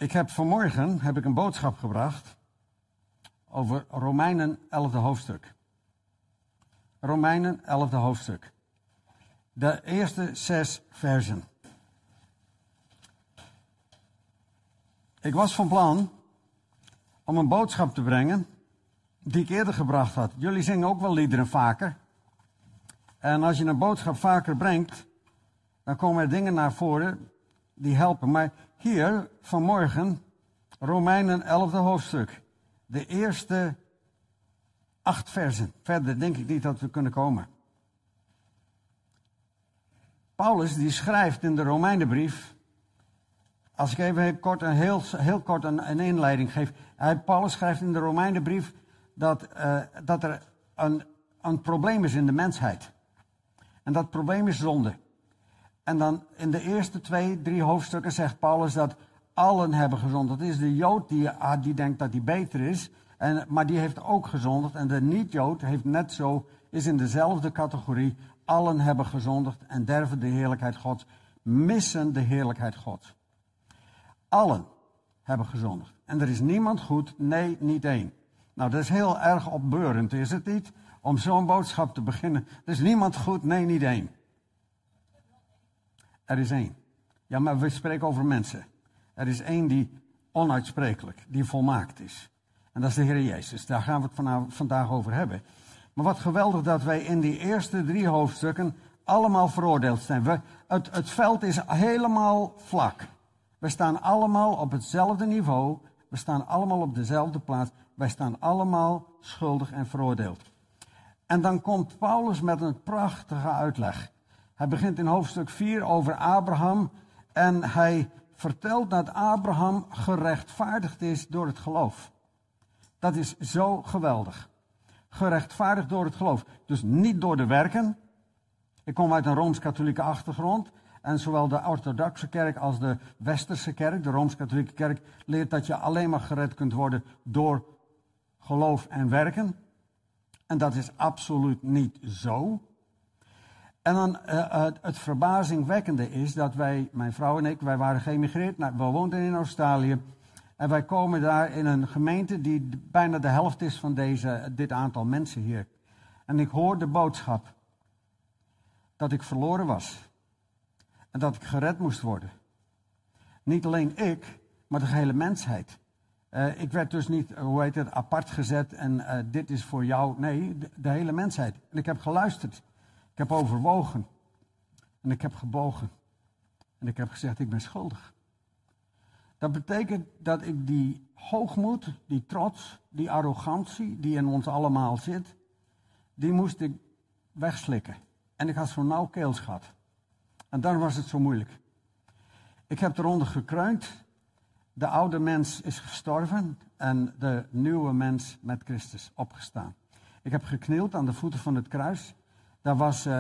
Ik heb vanmorgen een boodschap gebracht over Romeinen 11e hoofdstuk. Romeinen 11e hoofdstuk. De eerste 6 versen. Ik was van plan om een boodschap te brengen die ik eerder gebracht had. Jullie zingen ook wel liederen vaker. En als je een boodschap vaker brengt, dan komen er dingen naar voren die helpen. Maar hier vanmorgen, Romeinen 11e hoofdstuk. De eerste 8 versen. Verder denk ik niet dat we kunnen komen. Paulus die schrijft in de Romeinenbrief. Als ik even heel kort een inleiding geef. Paulus schrijft in de Romeinenbrief dat er een probleem is in de mensheid. En dat probleem is zonde. En dan in de eerste 2-3 hoofdstukken zegt Paulus dat allen hebben gezondigd. Het is de Jood die denkt dat hij beter is, maar die heeft ook gezondigd. En de niet-Jood heeft net zo, is in dezelfde categorie. Allen hebben gezondigd en derven de heerlijkheid Gods, missen de heerlijkheid Gods. Allen hebben gezondigd. En er is niemand goed, nee, niet één. Nou, dat is heel erg opbeurend, is het niet? Om zo'n boodschap te beginnen. Er is niemand goed, nee, niet één. Er is één. Ja, maar we spreken over mensen. Er is één die onuitsprekelijk, die volmaakt is. En dat is de Heer Jezus. Daar gaan we het vandaag over hebben. Maar wat geweldig dat wij in die eerste 3 hoofdstukken allemaal veroordeeld zijn. Het veld is helemaal vlak. We staan allemaal op hetzelfde niveau. We staan allemaal op dezelfde plaats. Wij staan allemaal schuldig en veroordeeld. En dan komt Paulus met een prachtige uitleg. Hij begint in hoofdstuk 4 over Abraham. En hij vertelt dat Abraham gerechtvaardigd is door het geloof. Dat is zo geweldig. Gerechtvaardigd door het geloof. Dus niet door de werken. Ik kom uit een Rooms-Katholieke achtergrond. En zowel de orthodoxe kerk als de westerse kerk, de Rooms-Katholieke kerk, leert dat je alleen maar gered kunt worden door geloof en werken. En dat is absoluut niet zo. En dan het verbazingwekkende is dat wij, mijn vrouw en ik, wij waren geëmigreerd. We woonden in Australië. En wij komen daar in een gemeente die bijna de helft is van dit aantal mensen hier. En ik hoor de boodschap dat ik verloren was. En dat ik gered moest worden. Niet alleen ik, maar de gehele mensheid. Ik werd dus niet, apart gezet en dit is voor jou. Nee, de hele mensheid. En ik heb geluisterd. Ik heb overwogen. En ik heb gebogen. En ik heb gezegd, ik ben schuldig. Dat betekent dat ik die hoogmoed, die trots, die arrogantie die in ons allemaal zit, die moest ik wegslikken. En ik had zo'n nauw keelsgat. En daarom was het zo moeilijk. Ik heb eronder gekreund. De oude mens is gestorven en de nieuwe mens met Christus opgestaan. Ik heb geknield aan de voeten van het kruis. Daar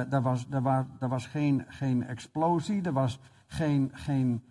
was geen explosie, er was geen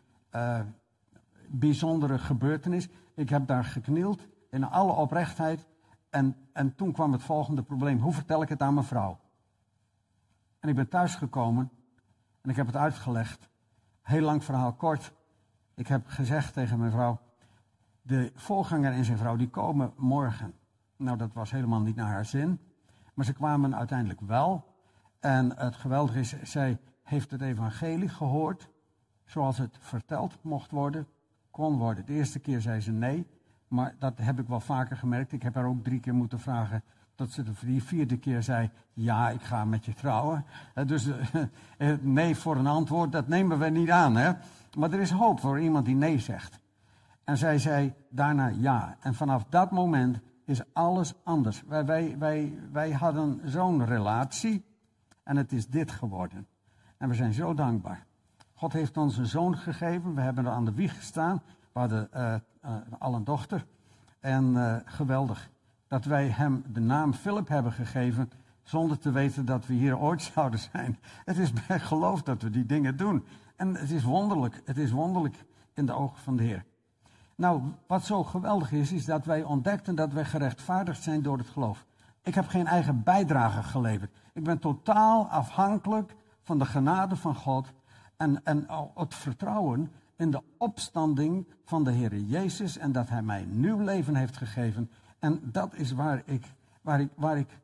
bijzondere gebeurtenis. Ik heb daar geknield in alle oprechtheid. En toen kwam het volgende probleem. Hoe vertel ik het aan mijn vrouw? En ik ben thuisgekomen en ik heb het uitgelegd. Heel lang verhaal kort. Ik heb gezegd tegen mijn vrouw, de voorganger en zijn vrouw die komen morgen. Nou, dat was helemaal niet naar haar zin. Maar ze kwamen uiteindelijk wel. En het geweldige is, zij heeft het evangelie gehoord. Zoals het verteld mocht worden, kon worden. De eerste keer zei ze nee. Maar dat heb ik wel vaker gemerkt. Ik heb haar ook 3 keer moeten vragen. Tot ze de 4e keer zei, ja, ik ga met je trouwen. Dus nee voor een antwoord, dat nemen we niet aan. Hè? Maar er is hoop voor iemand die nee zegt. En zij zei daarna ja. En vanaf dat moment is alles anders. Wij hadden zo'n relatie en het is dit geworden. En we zijn zo dankbaar. God heeft ons een zoon gegeven. We hebben er aan de wieg gestaan. We hadden al een dochter. En geweldig dat wij hem de naam Philip hebben gegeven, zonder te weten dat we hier ooit zouden zijn. Het is bij geloof dat we die dingen doen. En het is wonderlijk in de ogen van de Heer. Nou, wat zo geweldig is dat wij ontdekten dat wij gerechtvaardigd zijn door het geloof. Ik heb geen eigen bijdrage geleverd. Ik ben totaal afhankelijk van de genade van God en het vertrouwen in de opstanding van de Heer Jezus en dat Hij mij nieuw leven heeft gegeven. En dat is waar ik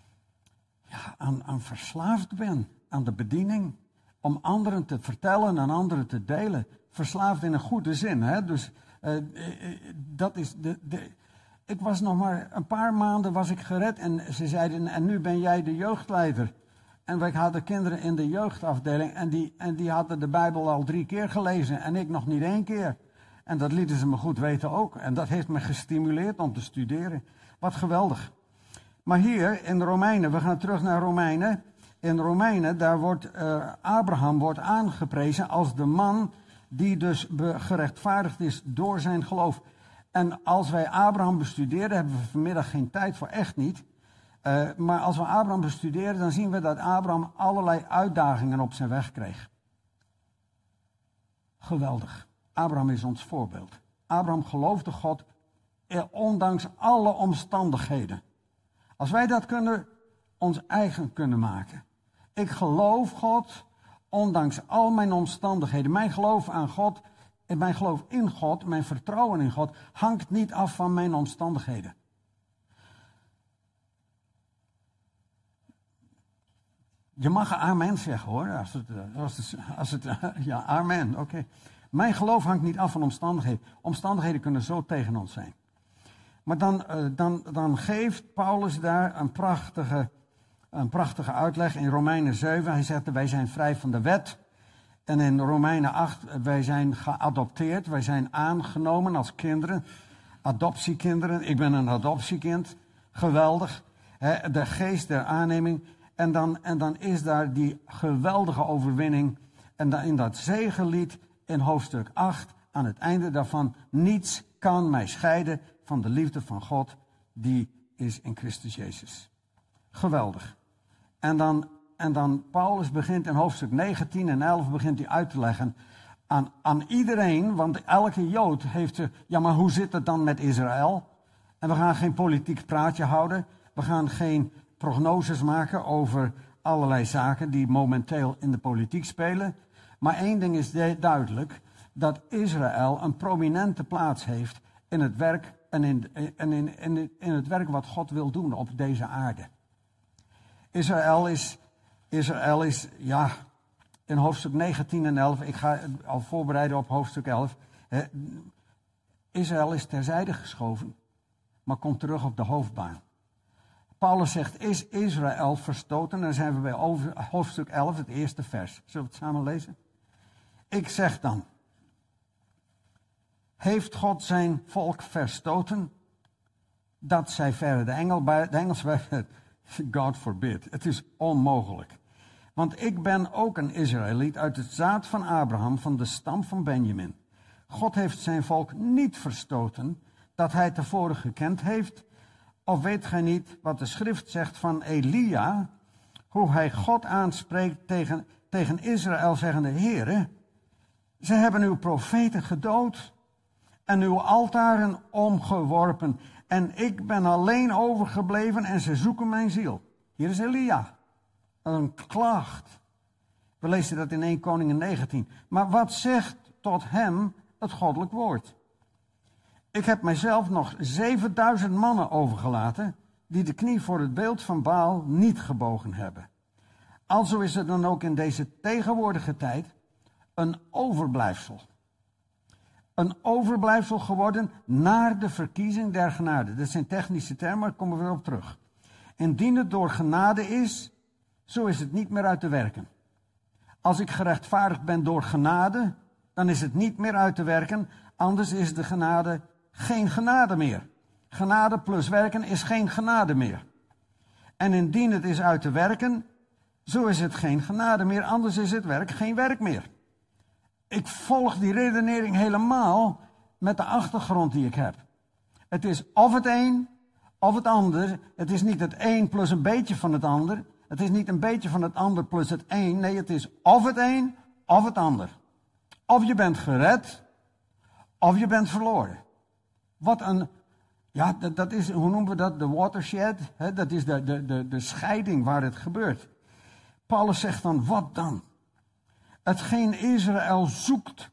aan verslaafd ben, aan de bediening. Om anderen te vertellen en anderen te delen. Verslaafd in een goede zin. Hè? Dus dat is ik was nog maar een paar maanden was ik gered en ze zeiden, en nu ben jij de jeugdleider. En wij hadden kinderen in de jeugdafdeling en die hadden de Bijbel al 3 keer gelezen en ik nog niet 1 keer. En dat lieten ze me goed weten ook. En dat heeft me gestimuleerd om te studeren. Wat geweldig. Maar hier in Romeinen, we gaan terug naar Romeinen. In Romeinen, daar wordt Abraham wordt aangeprezen als de man die dus gerechtvaardigd is door zijn geloof. En als wij Abraham bestuderen, hebben we vanmiddag geen tijd voor, echt niet. Maar als we Abraham bestuderen, dan zien we dat Abraham allerlei uitdagingen op zijn weg kreeg. Geweldig. Abraham is ons voorbeeld. Abraham geloofde God, ondanks alle omstandigheden. Als wij dat ons eigen kunnen maken. Ik geloof God, ondanks al mijn omstandigheden. Mijn geloof aan God, en mijn geloof in God, mijn vertrouwen in God, hangt niet af van mijn omstandigheden. Je mag amen zeggen hoor, ja, amen, oké. Mijn geloof hangt niet af van omstandigheden. Omstandigheden kunnen zo tegen ons zijn. Maar dan geeft Paulus daar een prachtige uitleg in Romeinen 7. Hij zegt, wij zijn vrij van de wet. En in Romeinen 8, wij zijn geadopteerd. Wij zijn aangenomen als kinderen. Adoptiekinderen. Ik ben een adoptiekind. Geweldig. De geest der aanneming. En dan is daar die geweldige overwinning. En dan in dat zegenlied in hoofdstuk 8, aan het einde daarvan, niets kan mij scheiden van de liefde van God, die is in Christus Jezus. Geweldig. En dan Paulus begint in hoofdstuk 19 en 11 begint hij uit te leggen aan iedereen, want elke Jood heeft ja maar hoe zit het dan met Israël? En we gaan geen politiek praatje houden, we gaan geen prognoses maken over allerlei zaken die momenteel in de politiek spelen. Maar één ding is duidelijk, dat Israël een prominente plaats heeft in het werk en in het werk wat God wil doen op deze aarde. Israël is, ja, in hoofdstuk 19 en 11, ik ga al voorbereiden op hoofdstuk 11. Israël is terzijde geschoven, maar komt terug op de hoofdbaan. Paulus zegt, is Israël verstoten? En dan zijn we bij hoofdstuk 11, het eerste vers. Zullen we het samen lezen? Ik zeg dan, heeft God zijn volk verstoten? Dat zij verre. De Engels God forbid. Het is onmogelijk. Want ik ben ook een Israëliet uit het zaad van Abraham, van de stam van Benjamin. God heeft zijn volk niet verstoten, dat hij tevoren gekend heeft. Of weet gij niet wat de schrift zegt van Elia, hoe hij God aanspreekt tegen Israël, zeggende, Heere, ze hebben uw profeten gedood en uw altaren omgeworpen. En ik ben alleen overgebleven en ze zoeken mijn ziel. Hier is Elia. Een klacht. We lezen dat in 1 Koningen 19. Maar wat zegt tot hem het goddelijk woord? Ik heb mijzelf nog 7000 mannen overgelaten die de knie voor het beeld van Baal niet gebogen hebben. Alzo is er dan ook in deze tegenwoordige tijd een overblijfsel. Een overblijfsel geworden naar de verkiezing der genade. Dat zijn technische termen, daar komen we weer op terug. Indien het door genade is, zo is het niet meer uit te werken. Als ik gerechtvaardigd ben door genade, dan is het niet meer uit te werken. Anders is de genade geen genade meer. Genade plus werken is geen genade meer. En indien het is uit te werken, zo is het geen genade meer. Anders is het werk geen werk meer. Ik volg die redenering helemaal met de achtergrond die ik heb. Het is of het een of het ander. Het is niet het een plus een beetje van het ander. Het is niet een beetje van het ander plus het een. Nee, het is of het een of het ander. Of je bent gered, of je bent verloren. Wat een, ja, dat is, hoe noemen we dat? De watershed. Hè? Dat is de scheiding waar het gebeurt. Paulus zegt dan, wat dan? Hetgeen Israël zoekt,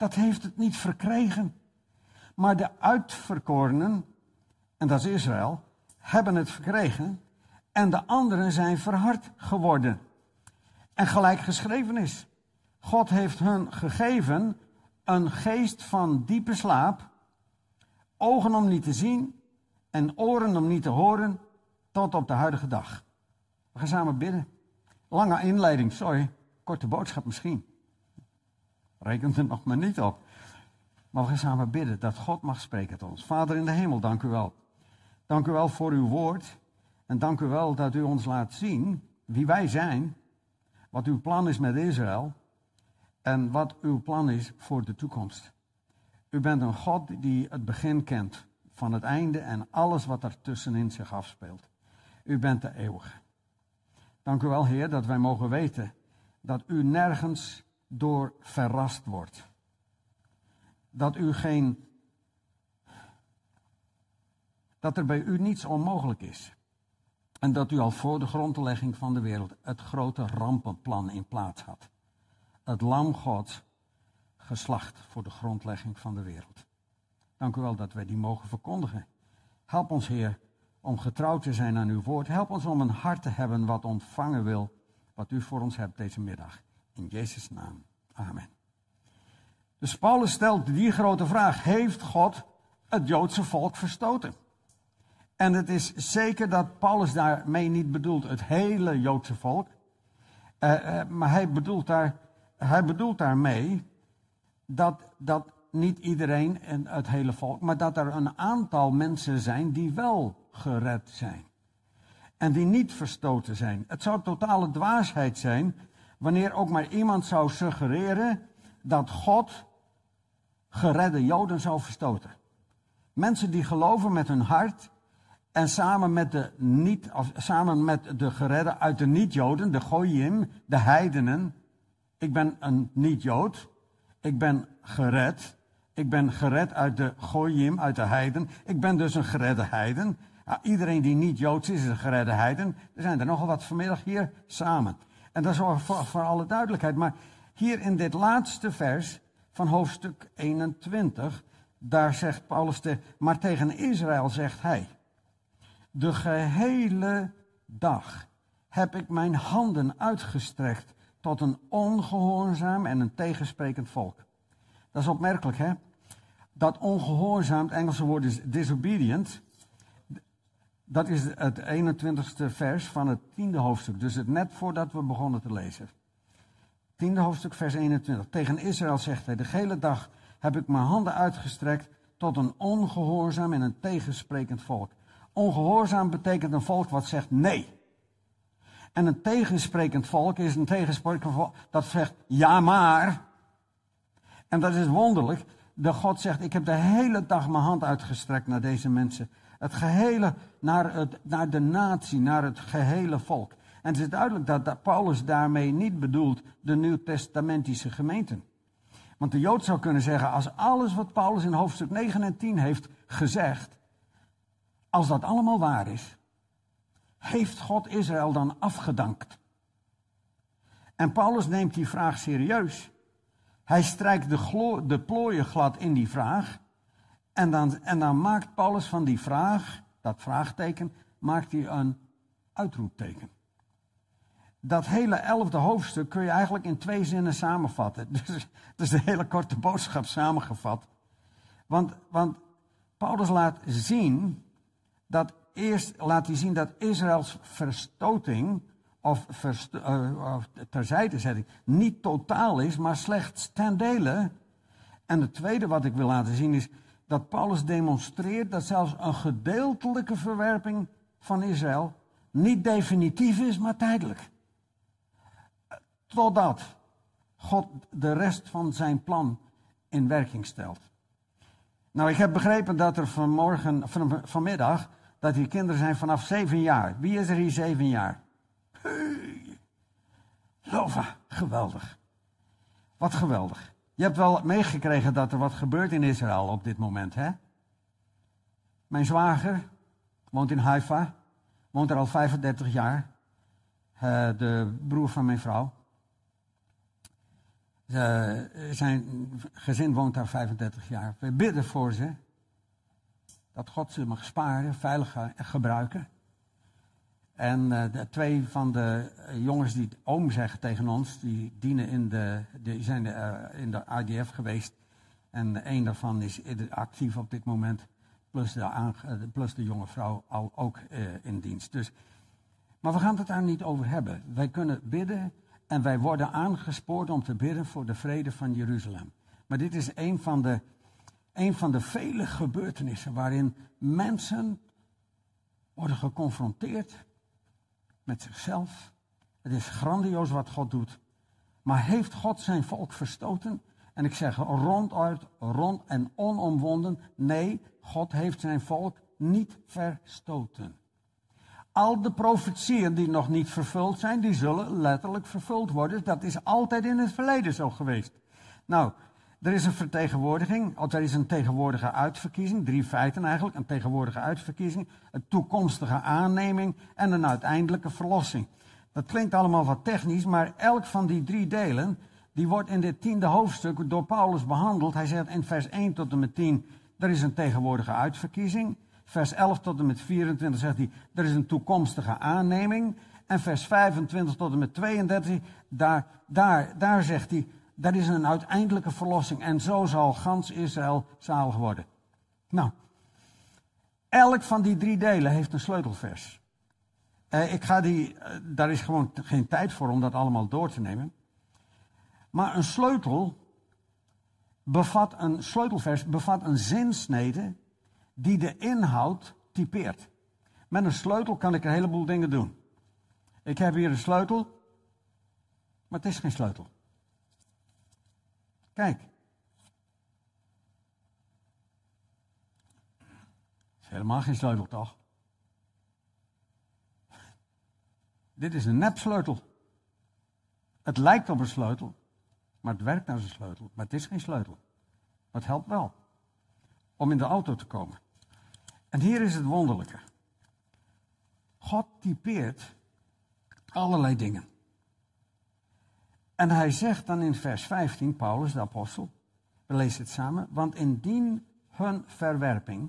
dat heeft het niet verkregen. Maar de uitverkorenen, en dat is Israël, hebben het verkregen. En de anderen zijn verhard geworden. En gelijk geschreven is. God heeft hun gegeven een geest van diepe slaap. Ogen om niet te zien en oren om niet te horen. Tot op de huidige dag. We gaan samen bidden. Lange inleiding, sorry. Korte boodschap misschien. Reken er nog maar niet op. Maar we gaan samen bidden dat God mag spreken tot ons. Vader in de hemel, dank u wel. Dank u wel voor uw woord. En dank u wel dat u ons laat zien wie wij zijn. Wat uw plan is met Israël. En wat uw plan is voor de toekomst. U bent een God die het begin kent van het einde en alles wat er tussenin zich afspeelt. U bent de eeuwige. Dank u wel, Heer, dat wij mogen weten dat u nergens door verrast wordt. Dat er bij u niets onmogelijk is. En dat u al voor de grondlegging van de wereld het grote rampenplan in plaats had. Het lam Gods geslacht voor de grondlegging van de wereld. Dank u wel dat wij die mogen verkondigen. Help ons, Heer, om getrouw te zijn aan uw woord. Help ons om een hart te hebben wat ontvangen wil, wat u voor ons hebt deze middag. In Jezus' naam. Amen. Dus Paulus stelt die grote vraag. Heeft God het Joodse volk verstoten? En het is zeker dat Paulus daarmee niet bedoelt het hele Joodse volk. Maar hij bedoelt daarmee dat niet iedereen en het hele volk, maar dat er een aantal mensen zijn die wel gered zijn. En die niet verstoten zijn. Het zou totale dwaasheid zijn wanneer ook maar iemand zou suggereren dat God geredde Joden zou verstoten. Mensen die geloven met hun hart en samen met de geredden uit de niet-Joden, de Goyim, de heidenen. Ik ben een niet-Jood. Ik ben gered. Ik ben gered uit de Goyim, uit de heiden. Ik ben dus een geredde heiden. Nou, iedereen die niet Joods is een geredde heiden. Er zijn er nogal wat vanmiddag hier samen. En dat is voor alle duidelijkheid. Maar hier in dit laatste vers van hoofdstuk 21, daar zegt Paulus, maar tegen Israël zegt hij: de gehele dag heb ik mijn handen uitgestrekt tot een ongehoorzaam en een tegensprekend volk. Dat is opmerkelijk, hè? Dat ongehoorzaam, het Engelse woord is disobedient. Dat is het 21ste vers van het 10e hoofdstuk. Dus het net voordat we begonnen te lezen. 10e hoofdstuk, vers 21. Tegen Israël zegt hij: de gehele dag heb ik mijn handen uitgestrekt tot een ongehoorzaam en een tegensprekend volk. Ongehoorzaam betekent een volk wat zegt nee. En een tegensprekend volk is een tegensprekend volk dat zegt ja maar. En dat is wonderlijk. De God zegt: ik heb de hele dag mijn hand uitgestrekt naar deze mensen. Het gehele, naar de natie, naar het gehele volk. En het is duidelijk dat Paulus daarmee niet bedoelt de nieuwtestamentische gemeenten. Want de Jood zou kunnen zeggen, als alles wat Paulus in hoofdstuk 9 en 10 heeft gezegd, als dat allemaal waar is, heeft God Israël dan afgedankt? En Paulus neemt die vraag serieus. Hij strijkt de plooien glad in die vraag. En dan maakt Paulus van die vraag, dat vraagteken, maakt hij een uitroepteken. Dat hele 11e hoofdstuk kun je eigenlijk in 2 zinnen samenvatten. Dus het is de hele korte boodschap samengevat. Want Paulus laat zien dat Israëls verstoting of terzijdezetting niet totaal is, maar slechts ten dele. En het tweede wat ik wil laten zien is dat Paulus demonstreert dat zelfs een gedeeltelijke verwerping van Israël niet definitief is, maar tijdelijk. Totdat God de rest van zijn plan in werking stelt. Nou, ik heb begrepen dat er vanmiddag, dat die kinderen zijn vanaf 7 jaar. Wie is er hier 7 jaar? Hey. Lova, geweldig. Wat geweldig. Je hebt wel meegekregen dat er wat gebeurt in Israël op dit moment, hè? Mijn zwager woont in Haifa, woont er al 35 jaar. De broer van mijn vrouw. Zijn gezin woont daar 35 jaar. We bidden voor ze. Dat God ze mag sparen, veilig gebruiken. En de 2 van de jongens die oom zeggen tegen ons, die dienen die zijn in de IDF geweest. En 1 daarvan is actief op dit moment. Plus de jonge vrouw al ook in dienst. Dus, maar we gaan het daar niet over hebben. Wij kunnen bidden en wij worden aangespoord om te bidden voor de vrede van Jeruzalem. Maar dit is een van de vele gebeurtenissen waarin mensen worden geconfronteerd met zichzelf. Het is grandioos wat God doet. Maar heeft God zijn volk verstoten? En ik zeg ronduit, rond en onomwonden, nee, God heeft zijn volk niet verstoten. Al de profetieën die nog niet vervuld zijn, die zullen letterlijk vervuld worden. Dat is altijd in het verleden zo geweest. Nou, er is een vertegenwoordiging, of er is een tegenwoordige uitverkiezing, 3 feiten eigenlijk. Een tegenwoordige uitverkiezing, een toekomstige aanneming en een uiteindelijke verlossing. Dat klinkt allemaal wat technisch, maar elk van die 3 delen, die wordt in dit 10e hoofdstuk door Paulus behandeld. Hij zegt in vers 1 tot en met 10, er is een tegenwoordige uitverkiezing. Vers 11 tot en met 24 zegt hij, er is een toekomstige aanneming. En vers 25 tot en met 32, daar zegt hij, dat is een uiteindelijke verlossing. En zo zal gans Israël zalig worden. Nou, elk van die 3 delen heeft een sleutelvers. Daar is gewoon geen tijd voor om dat allemaal door te nemen. Maar een sleutelvers bevat een zinsnede die de inhoud typeert. Met een sleutel kan ik een heleboel dingen doen. Ik heb hier een sleutel, maar het is geen sleutel. Kijk. Het is helemaal geen sleutel, toch? Dit is een nepsleutel. Het lijkt op een sleutel, maar het werkt als een sleutel. Maar het is geen sleutel. Maar het helpt wel om in de auto te komen. En hier is het wonderlijke. God typeert allerlei dingen. En hij zegt dan in vers 15, Paulus, de apostel, we lezen het samen, want indien hun verwerping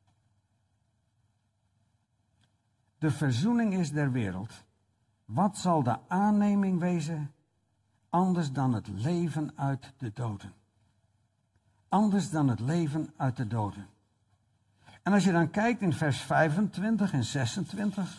de verzoening is der wereld, wat zal de aanneming wezen anders dan het leven uit de doden? Anders dan het leven uit de doden. En als je dan kijkt in vers 25 en 26.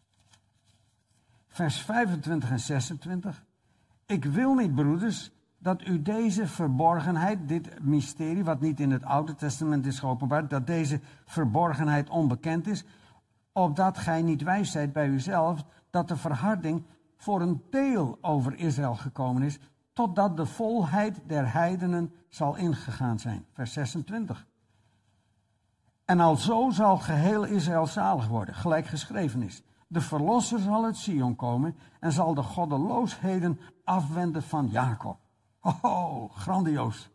Vers 25 en 26. Ik wil niet, broeders, dat u deze verborgenheid, dit mysterie, wat niet in het Oude Testament is geopenbaard, dat deze verborgenheid onbekend is, opdat gij niet wijs zijt bij uzelf, dat de verharding voor een deel over Israël gekomen is, totdat de volheid der heidenen zal ingegaan zijn. Vers 26. En alzo zal geheel Israël zalig worden, gelijk geschreven is. De verlosser zal uit Sion komen en zal de goddeloosheden afwenden van Jacob. Oh, grandioos.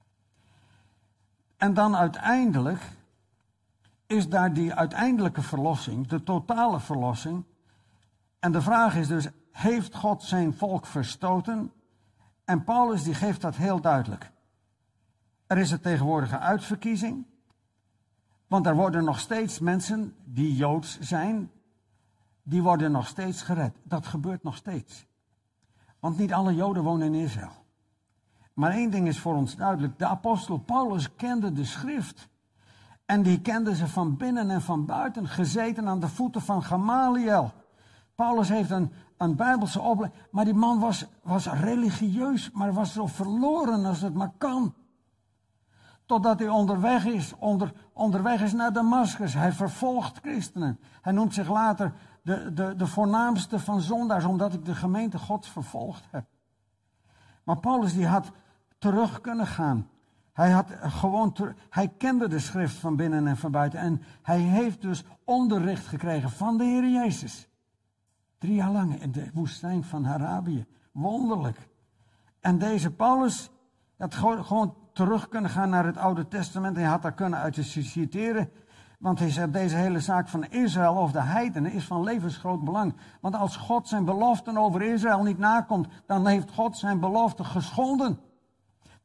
En dan uiteindelijk is daar die uiteindelijke verlossing, de totale verlossing. En de vraag is dus, heeft God zijn volk verstoten? En Paulus die geeft dat heel duidelijk. Er is een tegenwoordige uitverkiezing. Want er worden nog steeds mensen die Joods zijn, die worden nog steeds gered. Dat gebeurt nog steeds. Want niet alle Joden wonen in Israël. Maar één ding is voor ons duidelijk. De apostel Paulus kende de schrift. En die kende ze van binnen en van buiten, gezeten aan de voeten van Gamaliel. Paulus heeft een Bijbelse opleiding, maar die man was religieus, maar was zo verloren als het maar kan. Totdat hij onderweg is naar Damascus. Hij vervolgt christenen. Hij noemt zich later de voornaamste van zondaars, omdat ik de gemeente Gods vervolgd heb. Maar Paulus die had terug kunnen gaan. Hij kende de schrift van binnen en van buiten. En hij heeft dus onderricht gekregen van de Heer Jezus. 3 jaar lang in de woestijn van Arabië. Wonderlijk. En deze Paulus had gewoon terug kunnen gaan naar het Oude Testament. Hij had daar kunnen uit citeren. Want hij zegt, deze hele zaak van Israël of de heidenen is van levensgroot belang. Want als God zijn beloften over Israël niet nakomt, dan heeft God zijn belofte geschonden.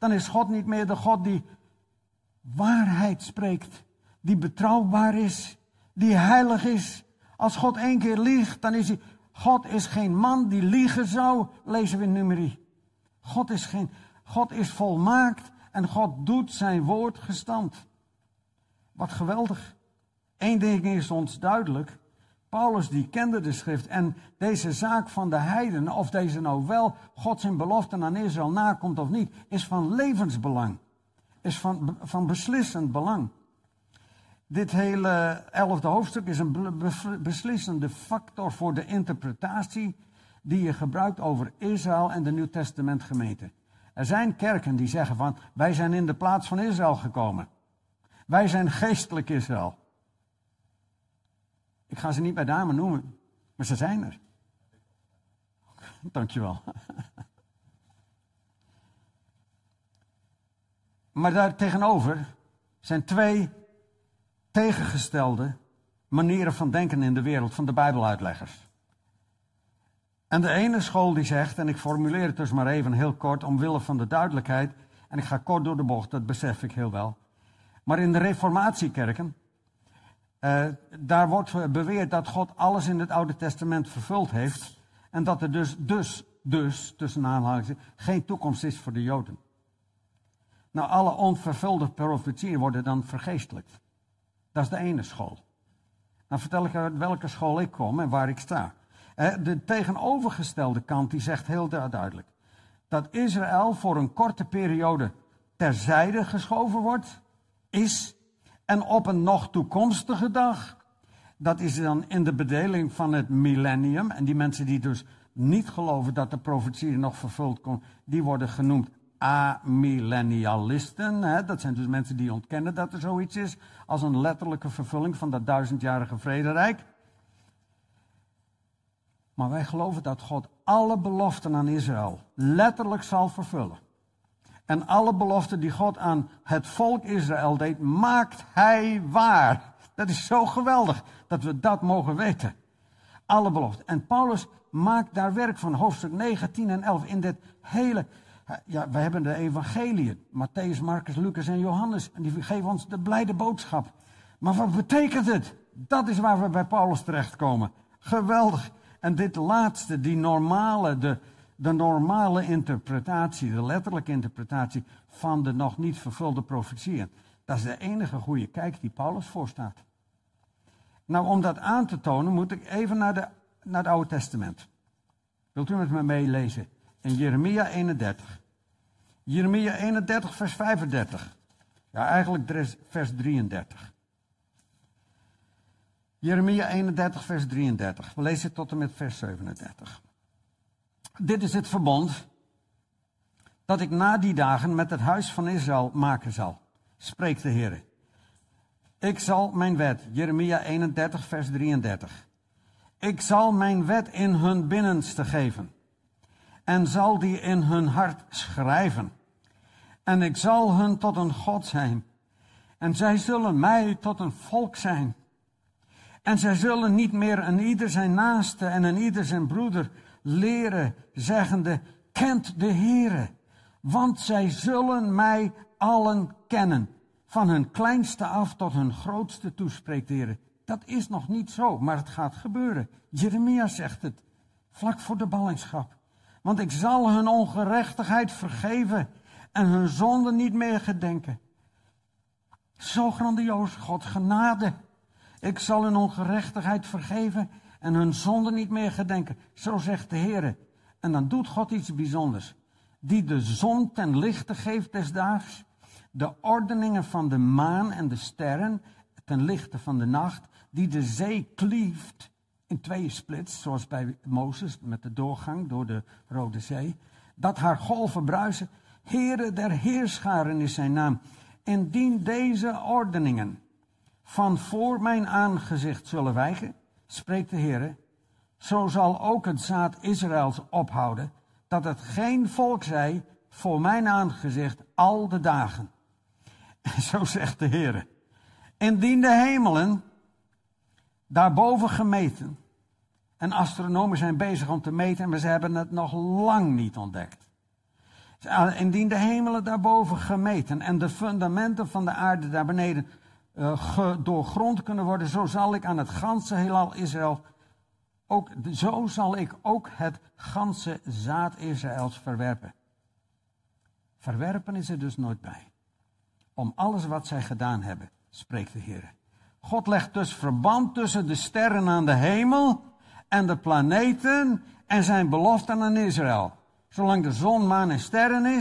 Dan is God niet meer de God die waarheid spreekt, die betrouwbaar is, die heilig is. Als God 1 keer liegt, dan is hij... God is geen man die liegen zou, lezen we in Numeri. God is volmaakt en God doet zijn woord gestand. Wat geweldig. Eén ding is ons duidelijk. Paulus die kende de schrift en deze zaak van de heidenen, of deze nou wel God zijn beloften aan Israël nakomt of niet, is van levensbelang. Is van beslissend belang. Dit hele 11e hoofdstuk is een beslissende factor voor de interpretatie die je gebruikt over Israël en de Nieuw Testament gemeente. Er zijn kerken die zeggen van, wij zijn in de plaats van Israël gekomen. Wij zijn geestelijk Israël. Ik ga ze niet bij name noemen, maar ze zijn er. Dankjewel. Maar daar tegenover zijn 2 tegengestelde manieren van denken in de wereld van de Bijbeluitleggers. En de ene school die zegt, en ik formuleer het dus maar even heel kort omwille van de duidelijkheid, en ik ga kort door de bocht, dat besef ik heel wel. Maar in de reformatiekerken, daar wordt beweerd dat God alles in het Oude Testament vervuld heeft en dat er dus tussen aanhalingstekens, geen toekomst is voor de Joden. Nou, alle onvervulde profetieën worden dan vergeestelijkt. Dat is de ene school. Dan vertel ik uit welke school ik kom en waar ik sta. De tegenovergestelde kant die zegt heel duidelijk dat Israël voor een korte periode terzijde geschoven wordt, is, en op een nog toekomstige dag, dat is dan in de bedeling van het millennium, en die mensen die dus niet geloven dat de profetie nog vervuld komt, die worden genoemd amillennialisten. Dat zijn dus mensen die ontkennen dat er zoiets is als een letterlijke vervulling van dat 1000-jarige vrederijk. Maar wij geloven dat God alle beloften aan Israël letterlijk zal vervullen. En alle beloften die God aan het volk Israël deed, maakt hij waar. Dat is zo geweldig dat we dat mogen weten. Alle beloften. En Paulus maakt daar werk van, hoofdstuk 9, 10 en 11, in dit hele... Ja, we hebben de evangeliën, Mattheüs, Marcus, Lucas en Johannes. En die geven ons de blijde boodschap. Maar wat betekent het? Dat is waar we bij Paulus terechtkomen. Geweldig. En dit laatste, die normale, de normale interpretatie, de letterlijke interpretatie van de nog niet vervulde profetieën. Dat is de enige goede kijk die Paulus voorstaat. Nou, om dat aan te tonen moet ik even naar het Oude Testament. Wilt u met me meelezen? In Jeremia 31. Jeremia 31 vers 35. Ja, eigenlijk vers 33. Jeremia 31 vers 33. We lezen tot en met vers 37. Dit is het verbond dat ik na die dagen met het huis van Israël maken zal, spreekt de Heer. Ik zal mijn wet, Jeremia 31 vers 33. Ik zal mijn wet in hun binnenste geven en zal die in hun hart schrijven. En ik zal hun tot een God zijn. En zij zullen mij tot een volk zijn. En zij zullen niet meer een ieder zijn naaste en een ieder zijn broeder leren, zeggende, kent de Heere. Want zij zullen mij allen kennen. Van hun kleinste af tot hun grootste toe, spreekt de Heere. Dat is nog niet zo, maar het gaat gebeuren. Jeremia zegt het, vlak voor de ballingschap. Want ik zal hun ongerechtigheid vergeven en hun zonde niet meer gedenken. Zo grandioos, God, genade. Ik zal hun ongerechtigheid vergeven en hun zonde niet meer gedenken. Zo zegt de Heer. En dan doet God iets bijzonders. Die de zon ten lichte geeft des daags. De ordeningen van de maan en de sterren ten lichte van de nacht. Die de zee klieft in tweeën splitst, zoals bij Mozes met de doorgang door de Rode Zee. Dat haar golven bruisen. Heere der heerscharen is zijn naam. Indien deze ordeningen van voor mijn aangezicht zullen wijken, spreekt de Heer, zo zal ook het zaad Israëls ophouden, dat het geen volk zij voor mijn aangezicht al de dagen. En zo zegt de Heer, indien de hemelen daarboven gemeten, en astronomen zijn bezig om te meten, maar ze hebben het nog lang niet ontdekt. Indien de hemelen daarboven gemeten en de fundamenten van de aarde daar beneden doorgrond kunnen worden, zo zal ik aan het ganse heelal Israël zo zal ik ook het ganse zaad Israëls verwerpen. Verwerpen is er dus nooit bij. Om alles wat zij gedaan hebben, spreekt de Heer. God legt dus verband tussen de sterren aan de hemel en de planeten en zijn beloften aan Israël. Zolang de zon, maan en sterren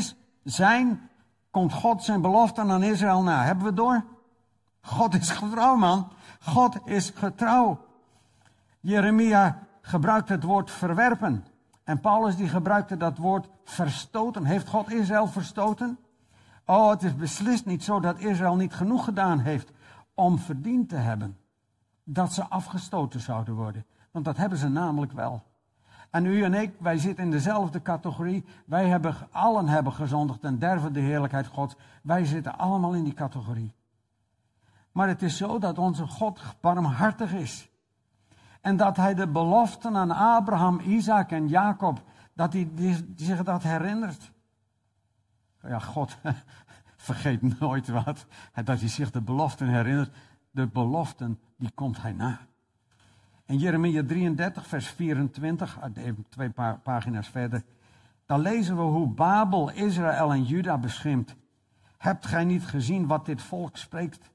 komt God zijn beloften aan Israël na. Hebben we het door? God is getrouw, man. God is getrouw. Jeremia gebruikt het woord verwerpen. En Paulus die gebruikte dat woord verstoten. Heeft God Israël verstoten? Oh, het is beslist niet zo dat Israël niet genoeg gedaan heeft om verdiend te hebben dat ze afgestoten zouden worden. Want dat hebben ze namelijk wel. En u en ik, wij zitten in dezelfde categorie. Allen hebben gezondigd en derven de heerlijkheid Gods. Wij zitten allemaal in die categorie. Maar het is zo dat onze God barmhartig is. En dat hij de beloften aan Abraham, Isaac en Jacob, dat hij zich dat herinnert. Ja, God vergeet nooit wat. Dat hij zich de beloften herinnert. De beloften, die komt hij na. In Jeremia 33, vers 24, even 2 pagina's verder. Dan lezen we hoe Babel, Israël en Juda beschimpt. Hebt gij niet gezien wat dit volk spreekt?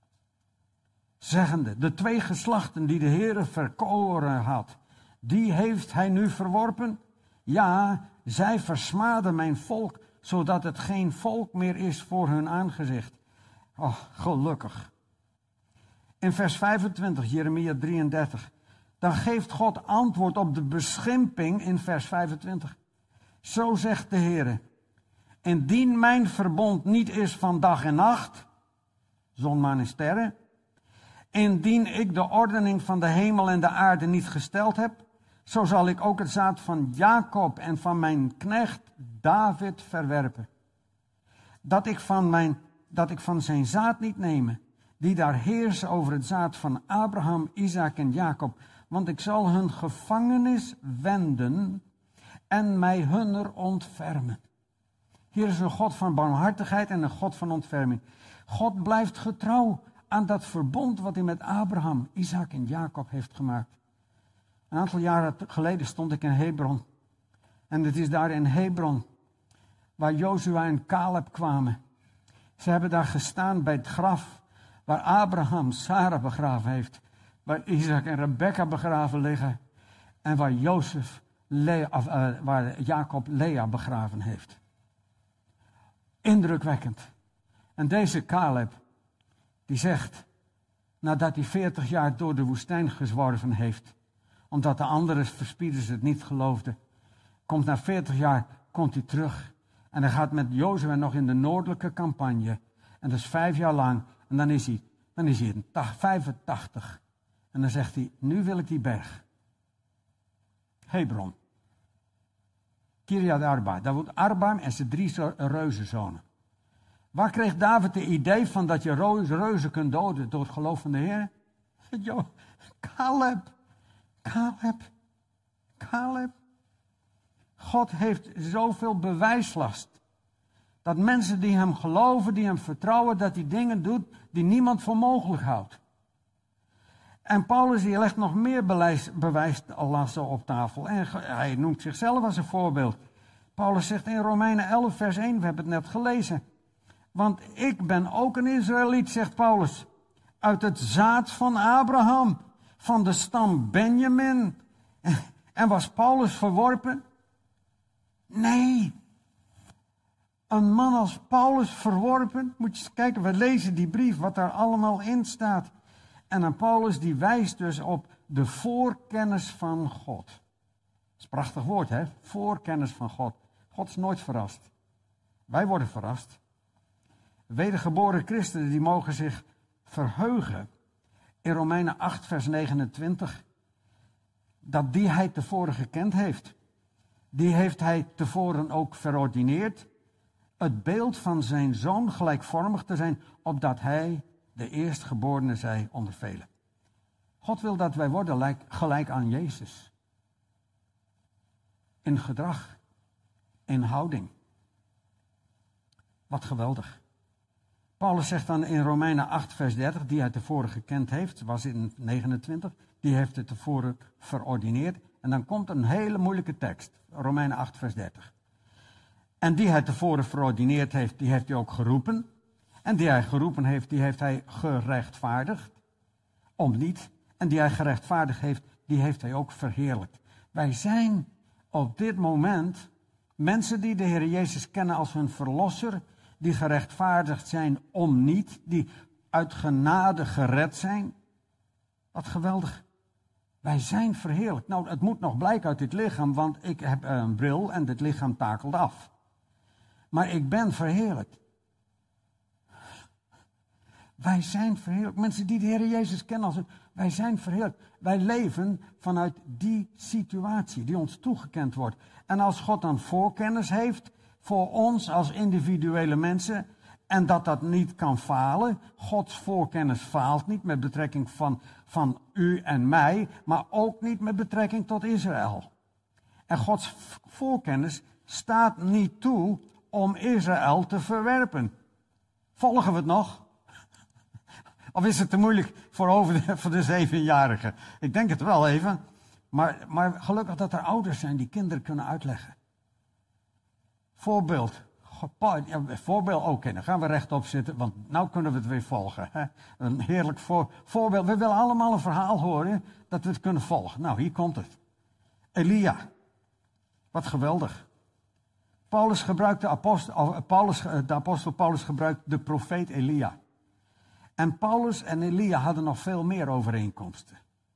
Zeggende, de 2 geslachten die de Heere verkoren had, die heeft hij nu verworpen. Ja, zij versmaden mijn volk, zodat het geen volk meer is voor hun aangezicht. Oh, gelukkig. In vers 25, Jeremia 33, dan geeft God antwoord op de beschimping in vers 25. Zo zegt de Heere, indien mijn verbond niet is van dag en nacht, zon, maan en sterren, indien ik de ordening van de hemel en de aarde niet gesteld heb, zo zal ik ook het zaad van Jacob en van mijn knecht David verwerpen. Dat ik van zijn zaad niet nemen, die daar heersen over het zaad van Abraham, Isaac en Jacob. Want ik zal hun gevangenis wenden en mij hunner ontfermen. Hier is een God van barmhartigheid en een God van ontferming. God blijft getrouw aan dat verbond wat hij met Abraham, Isaac en Jacob heeft gemaakt. Een aantal jaren geleden stond ik in Hebron. En het is daar in Hebron waar Jozua en Caleb kwamen. Ze hebben daar gestaan bij het graf waar Abraham Sarah begraven heeft. Waar Isaac en Rebekka begraven liggen. En waar Jacob Lea begraven heeft. Indrukwekkend. En deze Caleb, die zegt, nadat hij 40 jaar door de woestijn gezworven heeft, omdat de andere verspieders het niet geloofden, komt na 40 jaar, komt hij terug. En hij gaat met Jozua nog in de noordelijke campagne. En dat is 5 jaar lang. En dan is hij 85. En dan zegt hij, nu wil ik die berg. Hebron. Kirjat Arba. Daar woont Arba en zijn 3 reuzenzonen. Waar kreeg David het idee van dat je reuzen kunt doden door het geloof van de Heer? Caleb. God heeft zoveel bewijslast. Dat mensen die hem geloven, die hem vertrouwen, dat hij dingen doet die niemand voor mogelijk houdt. En Paulus die legt nog meer bewijslasten op tafel. En hij noemt zichzelf als een voorbeeld. Paulus zegt in Romeinen 11 vers 1, we hebben het net gelezen. Want ik ben ook een Israëliet, zegt Paulus. Uit het zaad van Abraham, van de stam Benjamin. En was Paulus verworpen? Nee. Een man als Paulus verworpen? Moet je eens kijken, we lezen die brief, wat daar allemaal in staat. En aan Paulus die wijst dus op de voorkennis van God. Dat is een prachtig woord, hè? Voorkennis van God. God is nooit verrast. Wij worden verrast. Wedergeboren christenen die mogen zich verheugen in Romeinen 8 vers 29. Dat die hij tevoren gekend heeft. Die heeft hij tevoren ook verordineerd. Het beeld van zijn zoon gelijkvormig te zijn, opdat hij de eerstgeborene zij onder velen. God wil dat wij worden gelijk aan Jezus. In gedrag, in houding, Wat geweldig. Paulus zegt dan in Romeinen 8 vers 30, die hij tevoren gekend heeft, was in 29, die heeft het tevoren verordineerd. En dan komt een hele moeilijke tekst, Romeinen 8 vers 30. En die hij tevoren verordineerd heeft, die heeft hij ook geroepen. En die hij geroepen heeft, die heeft hij gerechtvaardigd. Om niet. En die hij gerechtvaardigd heeft, die heeft hij ook verheerlijkt. Wij zijn op dit moment mensen die de Heer Jezus kennen als hun verlosser, die gerechtvaardigd zijn om niet, die uit genade gered zijn. Wat geweldig. Wij zijn verheerlijkt. Nou, het moet nog blijken uit dit lichaam, want ik heb een bril en dit lichaam takelt af. Maar ik ben verheerlijkt. Wij zijn verheerlijkt. Mensen die de Heer Jezus kennen als wij zijn verheerlijkt. Wij leven vanuit die situatie die ons toegekend wordt. En als God dan voorkennis heeft voor ons als individuele mensen, en dat niet kan falen, Gods voorkennis faalt niet met betrekking van u en mij, maar ook niet met betrekking tot Israël. En Gods voorkennis staat niet toe om Israël te verwerpen. Volgen we het nog? Of is het te moeilijk voor de 7-jarigen? Ik denk het wel even. Maar gelukkig dat er ouders zijn die kinderen kunnen uitleggen. Voorbeeld. Voorbeeld, oké, dan gaan we rechtop zitten, want nou kunnen we het weer volgen. Hè? Een heerlijk voorbeeld. We willen allemaal een verhaal horen dat we het kunnen volgen. Nou, hier komt het. Elia. Wat geweldig. De apostel Paulus gebruikt de profeet Elia. En Paulus en Elia hadden nog veel meer overeenkomsten.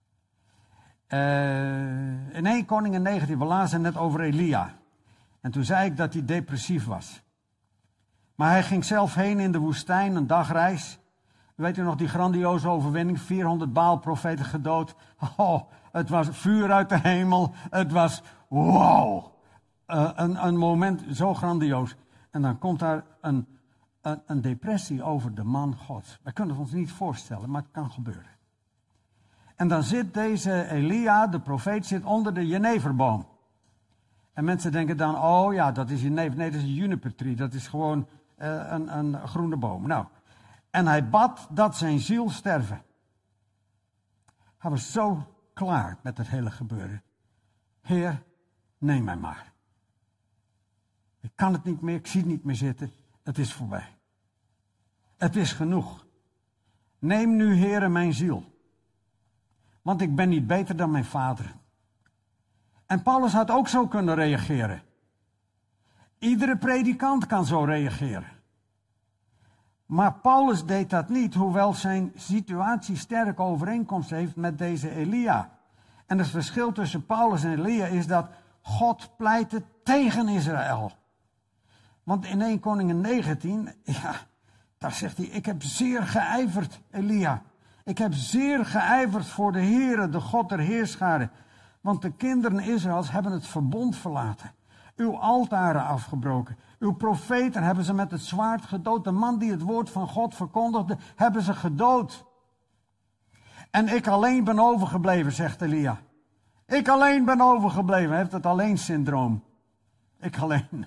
In 1 Koningen 19, we lazen net over Elia. En toen zei ik dat hij depressief was. Maar hij ging zelf heen in de woestijn, een dagreis. Weet u nog die grandioze overwinning? 400 Baal-profeten gedood. Oh, het was vuur uit de hemel. Het was wow. Een moment zo grandioos. En dan komt daar een depressie over de man Gods. Wij kunnen het ons niet voorstellen, maar het kan gebeuren. En dan zit deze Elia, de profeet, zit onder de jeneverboom. En mensen denken dan, oh ja, dat is jenever. Nee, dat is een junipertree. Dat is gewoon een groene boom. Nou, en hij bad dat zijn ziel sterven. Hij was zo klaar met het hele gebeuren. Heer, neem mij maar. Ik kan het niet meer, ik zie het niet meer zitten. Het is voorbij. Het is genoeg. Neem nu, Heere, mijn ziel. Want ik ben niet beter dan mijn vader. En Paulus had ook zo kunnen reageren. Iedere predikant kan zo reageren. Maar Paulus deed dat niet, hoewel zijn situatie sterk overeenkomst heeft met deze Elia. En het verschil tussen Paulus en Elia is dat God pleitte tegen Israël. Want in 1 Koningen 19, ja, daar zegt hij, ik heb zeer geijverd, Elia. Ik heb zeer geijverd voor de Heere, de God der heerscharen. Want de kinderen Israëls hebben het verbond verlaten. Uw altaren afgebroken. Uw profeten hebben ze met het zwaard gedood. De man die het woord van God verkondigde, hebben ze gedood. En ik alleen ben overgebleven, zegt Elia. Ik alleen ben overgebleven. Hij heeft het alleen-syndroom. Ik alleen.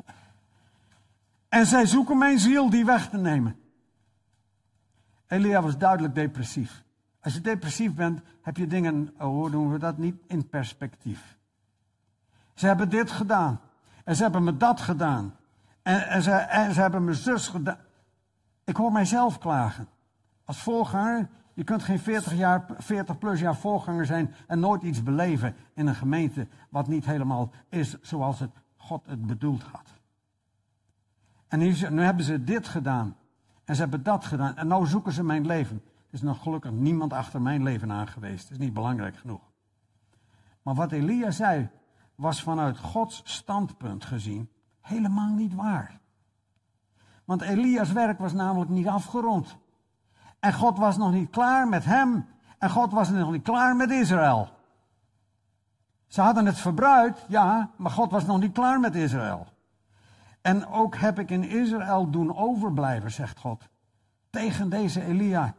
En zij zoeken mijn ziel die weg te nemen. Elia was duidelijk depressief. Als je depressief bent, heb je dingen, hoe doen we dat niet, in perspectief. Ze hebben dit gedaan. En ze hebben me dat gedaan. En ze hebben me zus gedaan. Ik hoor mijzelf klagen. Als voorganger, je kunt geen 40 plus jaar voorganger zijn en nooit iets beleven in een gemeente wat niet helemaal is zoals God het bedoeld had. En nu hebben ze dit gedaan. En ze hebben dat gedaan. En nu zoeken ze mijn leven. Er is nog gelukkig niemand achter mijn leven aan geweest. Dat is niet belangrijk genoeg. Maar wat Elia zei, was vanuit Gods standpunt gezien helemaal niet waar. Want Elia's werk was namelijk niet afgerond. En God was nog niet klaar met hem. En God was nog niet klaar met Israël. Ze hadden het verbruikt, ja, maar God was nog niet klaar met Israël. En ook heb ik in Israël doen overblijven, zegt God. Tegen deze Elia.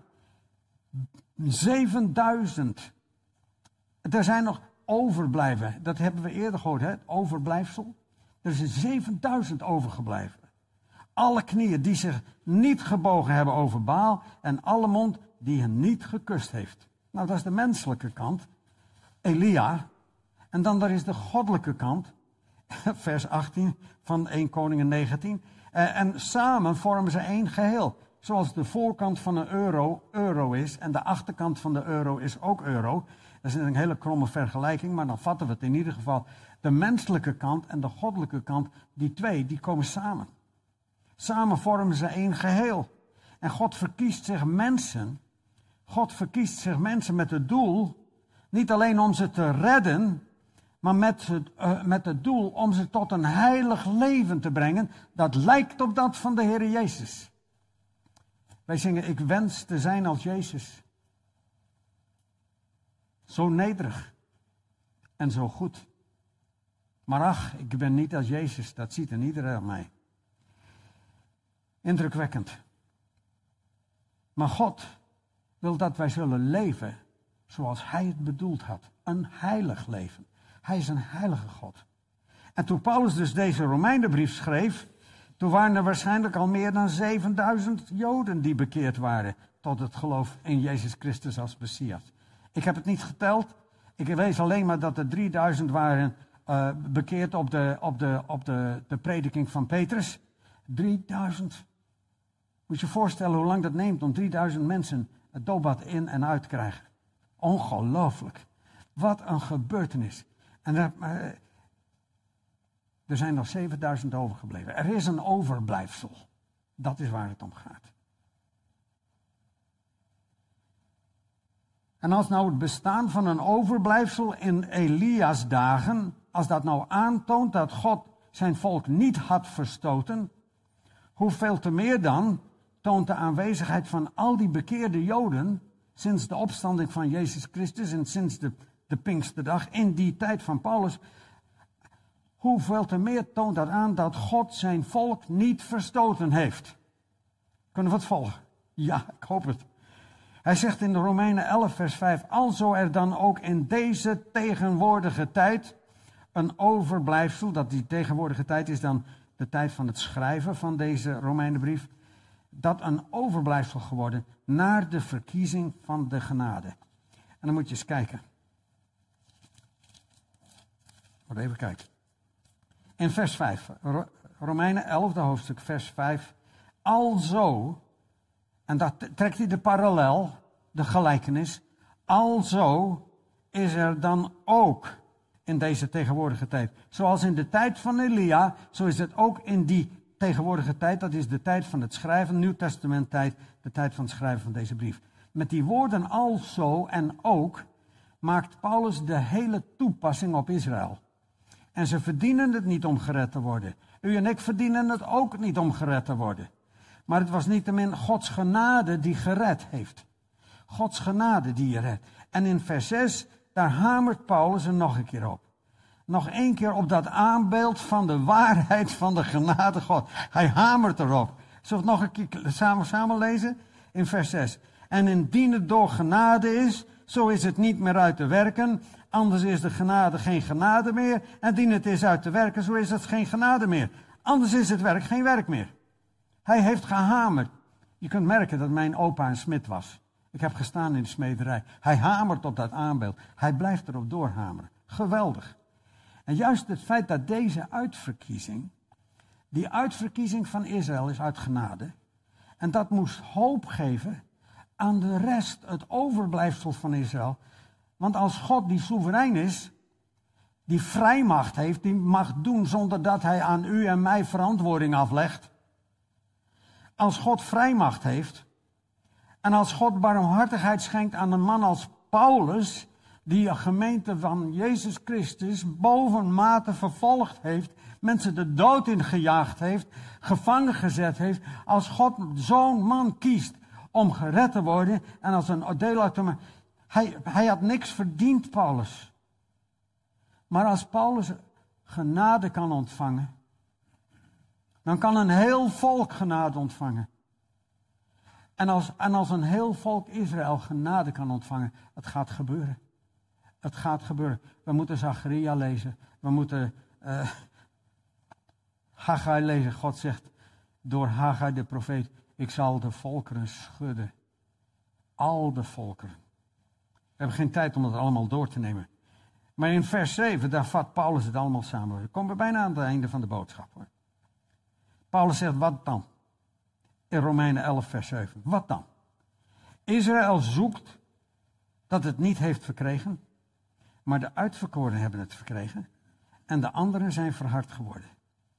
7000. Er zijn nog overblijven. Dat hebben we eerder gehoord, hè? Overblijfsel. Er zijn 7000 overgebleven. Alle knieën die zich niet gebogen hebben over Baal en alle mond die hen niet gekust heeft. Nou, dat is de menselijke kant. Elia. En dan daar is de goddelijke kant. Vers 18 van 1 Koningen 19. En samen vormen ze één geheel. Zoals de voorkant van een euro is en de achterkant van de euro is ook euro. Dat is een hele kromme vergelijking, maar dan vatten we het in ieder geval. De menselijke kant en de goddelijke kant, die twee, die komen samen. Samen vormen ze één geheel. En God verkiest zich mensen. God verkiest zich mensen met het doel, niet alleen om ze te redden, maar met het doel om ze tot een heilig leven te brengen. Dat lijkt op dat van de Heer Jezus. Wij zingen, ik wens te zijn als Jezus. Zo nederig en zo goed. Maar ach, ik ben niet als Jezus, dat ziet een ieder aan mij. Indrukwekkend. Maar God wil dat wij zullen leven zoals Hij het bedoeld had. Een heilig leven. Hij is een heilige God. En toen Paulus dus deze Romeinenbrief schreef, toen waren er waarschijnlijk al meer dan 7000 Joden die bekeerd waren tot het geloof in Jezus Christus als Messias. Ik heb het niet geteld. Ik lees alleen maar dat er 3000 waren bekeerd op de prediking van Petrus. 3000. Moet je je voorstellen hoe lang dat neemt om 3000 mensen het doopbad in en uit te krijgen. Ongelooflijk. Wat een gebeurtenis. En er zijn nog 7000 overgebleven. Er is een overblijfsel. Dat is waar het om gaat. En als nou het bestaan van een overblijfsel in Elia's dagen, als dat nou aantoont dat God zijn volk niet had verstoten, hoeveel te meer dan toont de aanwezigheid van al die bekeerde Joden sinds de opstanding van Jezus Christus en sinds de Pinksterdag in die tijd van Paulus. Hoeveel te meer toont dat aan dat God zijn volk niet verstoten heeft. Kunnen we het volgen? Ja, ik hoop het. Hij zegt in de Romeinen 11 vers 5, alzo er dan ook in deze tegenwoordige tijd een overblijfsel, dat die tegenwoordige tijd is dan de tijd van het schrijven van deze Romeinenbrief, dat een overblijfsel geworden naar de verkiezing van de genade. En dan moet je eens kijken. Moet even kijken. In vers 5, Romeinen 11, hoofdstuk, vers 5. Alzo, en dat trekt hij de parallel, de gelijkenis. Alzo is er dan ook in deze tegenwoordige tijd. Zoals in de tijd van Elia, zo is het ook in die tegenwoordige tijd. Dat is de tijd van het schrijven, Nieuw Testament tijd, de tijd van het schrijven van deze brief. Met die woorden alzo en ook maakt Paulus de hele toepassing op Israël. En ze verdienen het niet om gered te worden. U en ik verdienen het ook niet om gered te worden. Maar het was niettemin Gods genade die gered heeft. Gods genade die je redt. En in vers 6, daar hamert Paulus er nog een keer op. Nog één keer op dat aanbeeld van de waarheid van de genade God. Hij hamert erop. Zullen we het nog een keer samen lezen? In vers 6. En indien het door genade is, zo is het niet meer uit te werken. Anders is de genade geen genade meer. En indien het is uit te werken, zo is het geen genade meer. Anders is het werk geen werk meer. Hij heeft gehamerd. Je kunt merken dat mijn opa een smid was. Ik heb gestaan in de smederij. Hij hamert op dat aanbeeld. Hij blijft erop doorhameren. Geweldig. En juist het feit dat deze uitverkiezing, die uitverkiezing van Israël is uit genade. En dat moest hoop geven aan de rest, het overblijfsel van Israël. Want als God die soeverein is, die vrijmacht heeft, die mag doen zonder dat hij aan u en mij verantwoording aflegt. Als God vrijmacht heeft en als God barmhartigheid schenkt aan een man als Paulus, die een gemeente van Jezus Christus bovenmate vervolgd heeft, mensen de dood in gejaagd heeft, gevangen gezet heeft. Als God zo'n man kiest om gered te worden en als een deel uit hem. Hij had niks verdiend, Paulus. Maar als Paulus genade kan ontvangen, dan kan een heel volk genade ontvangen. En als een heel volk Israël genade kan ontvangen, het gaat gebeuren. Het gaat gebeuren. We moeten Zacharia lezen. We moeten Haggai lezen. God zegt, door Haggai de profeet. Ik zal de volkeren schudden. Al de volkeren. We hebben geen tijd om dat allemaal door te nemen. Maar in vers 7, daar vat Paulus het allemaal samen. We komen bijna aan het einde van de boodschap, hoor. Paulus zegt, wat dan? In Romeinen 11, vers 7. Wat dan? Israël zoekt dat het niet heeft verkregen, maar de uitverkorenen hebben het verkregen en de anderen zijn verhard geworden.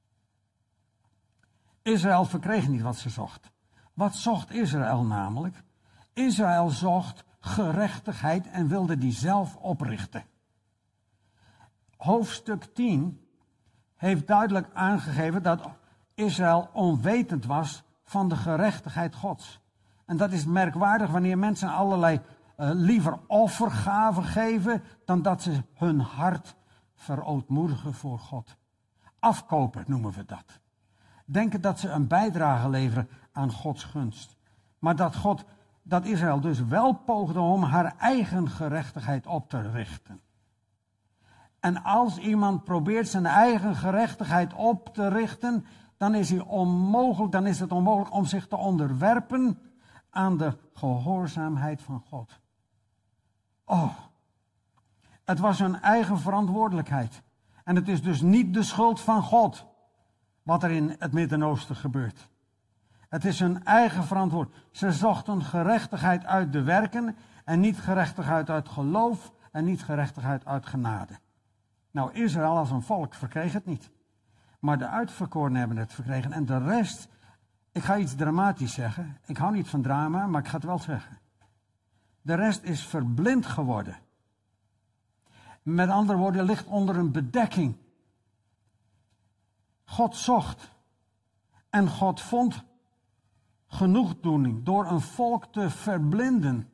Israël verkreeg niet wat ze zocht. Wat zocht Israël namelijk? Israël zocht gerechtigheid en wilde die zelf oprichten. Hoofdstuk 10 heeft duidelijk aangegeven dat Israël onwetend was van de gerechtigheid Gods. En dat is merkwaardig wanneer mensen allerlei liever offergaven geven dan dat ze hun hart verootmoedigen voor God. Afkopen noemen we dat. Denken dat ze een bijdrage leveren aan Gods gunst. Maar dat Israël dus wel poogde om haar eigen gerechtigheid op te richten. En als iemand probeert zijn eigen gerechtigheid op te richten, dan is het onmogelijk om zich te onderwerpen aan de gehoorzaamheid van God. Oh, het was hun eigen verantwoordelijkheid. En het is dus niet de schuld van God wat er in het Midden-Oosten gebeurt. Het is hun eigen verantwoordelijkheid. Ze zochten gerechtigheid uit de werken en niet gerechtigheid uit geloof en niet gerechtigheid uit genade. Nou, Israël als een volk verkreeg het niet. Maar de uitverkorenen hebben het verkregen. En de rest, ik ga iets dramatisch zeggen. Ik hou niet van drama, maar ik ga het wel zeggen. De rest is verblind geworden. Met andere woorden, ligt onder een bedekking. God zocht. En God vond genoegdoening door een volk te verblinden.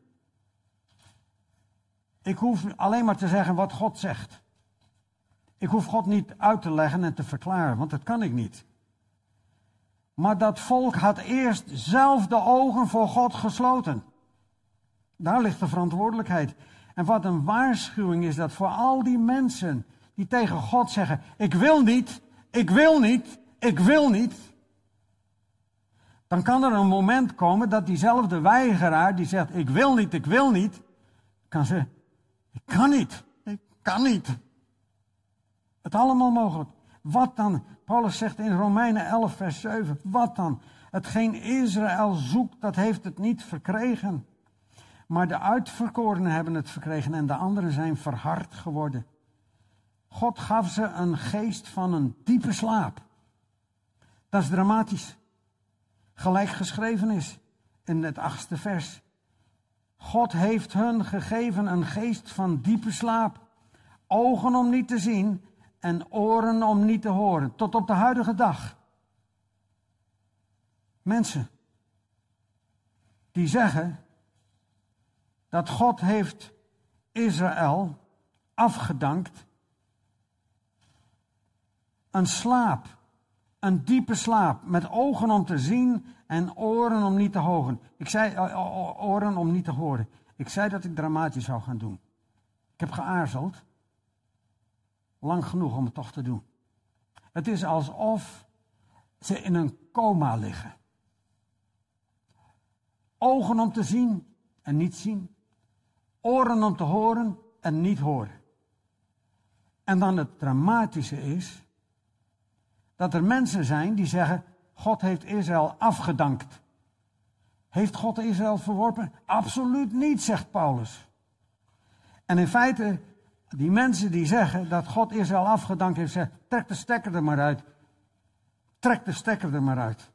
Ik hoef alleen maar te zeggen wat God zegt. Ik hoef God niet uit te leggen en te verklaren, want dat kan ik niet. Maar dat volk had eerst zelf de ogen voor God gesloten. Daar ligt de verantwoordelijkheid. En wat een waarschuwing is dat voor al die mensen die tegen God zeggen, ik wil niet, ik wil niet, ik wil niet. Dan kan er een moment komen dat diezelfde weigeraar die zegt, ik wil niet, kan zeggen, ik kan niet. Het allemaal mogelijk. Wat dan? Paulus zegt in Romeinen 11 vers 7, wat dan? Hetgeen Israël zoekt, dat heeft het niet verkregen. Maar de uitverkorenen hebben het verkregen en de anderen zijn verhard geworden. God gaf ze een geest van een diepe slaap. Dat is dramatisch. Gelijk geschreven is in het 8e vers. God heeft hun gegeven een geest van diepe slaap. Ogen om niet te zien en oren om niet te horen. Tot op de huidige dag. Mensen die zeggen dat God heeft Israël afgedankt. Een slaap. Een diepe slaap. Met ogen om te zien en oren om niet te horen. Oren om niet te horen. Ik zei dat ik dramatisch zou gaan doen. Ik heb geaarzeld. Lang genoeg om het toch te doen. Het is alsof ze in een coma liggen. Ogen om te zien en niet zien. Oren om te horen en niet horen. En dan het dramatische is dat er mensen zijn die zeggen, God heeft Israël afgedankt. Heeft God Israël verworpen? Absoluut niet, zegt Paulus. En in feite, die mensen die zeggen dat God Israël afgedankt heeft, zeggen, trek de stekker er maar uit. Trek de stekker er maar uit.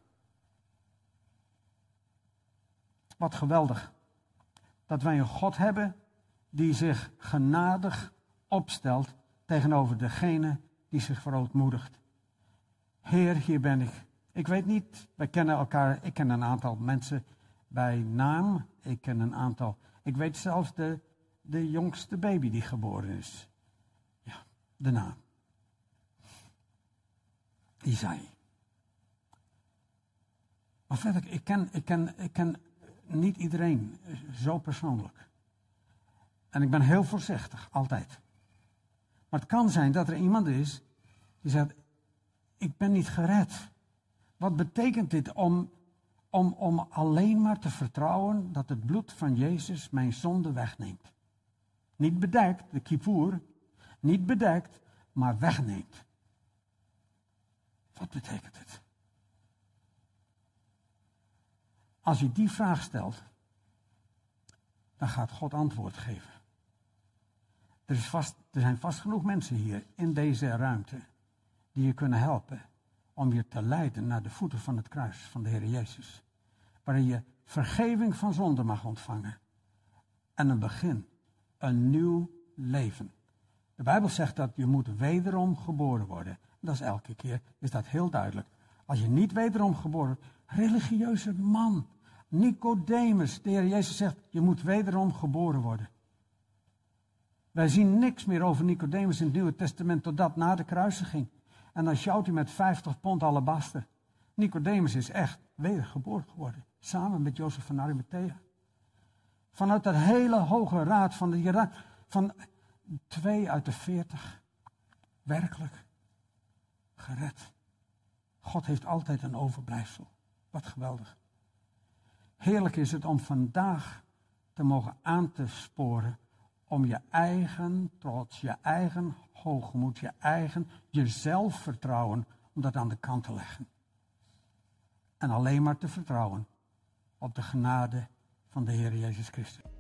Wat geweldig. Dat wij een God hebben die zich genadig opstelt tegenover degene die zich verootmoedigt. Heer, hier ben ik. Ik weet niet, wij kennen elkaar, ik ken een aantal mensen bij naam. Ik weet zelfs de jongste baby die geboren is. Ja, de naam. Isaïe. Maar verder, ik ken niet iedereen zo persoonlijk. En ik ben heel voorzichtig, altijd. Maar het kan zijn dat er iemand is die zegt, ik ben niet gered. Wat betekent dit om alleen maar te vertrouwen dat het bloed van Jezus mijn zonde wegneemt? Niet bedekt, de kippoer, niet bedekt, maar wegneemt. Wat betekent het? Als je die vraag stelt, dan gaat God antwoord geven. Er zijn vast genoeg mensen hier in deze ruimte die je kunnen helpen om je te leiden naar de voeten van het kruis van de Heer Jezus. Waarin je vergeving van zonde mag ontvangen. En een begin, een nieuw leven. De Bijbel zegt dat je moet wederom geboren worden. Dat is elke keer, is dat heel duidelijk. Als je niet wederom geboren wordt, religieuze man, Nicodemus, de Heer Jezus zegt, je moet wederom geboren worden. Wij zien niks meer over Nicodemus in het Nieuwe Testament totdat na de kruisiging. En dan sjouwt hij met 50 pond alabaster. Nicodemus is echt wedergeboren geworden. Samen met Jozef van Arimathea. Vanuit dat hele hoge raad van 2 uit de 40. Werkelijk gered. God heeft altijd een overblijfsel. Wat geweldig. Heerlijk is het om vandaag te mogen aan te sporen om je eigen trots, je eigen hoogmoed, je zelfvertrouwen, om dat aan de kant te leggen. En alleen maar te vertrouwen op de genade van de Heer Jezus Christus.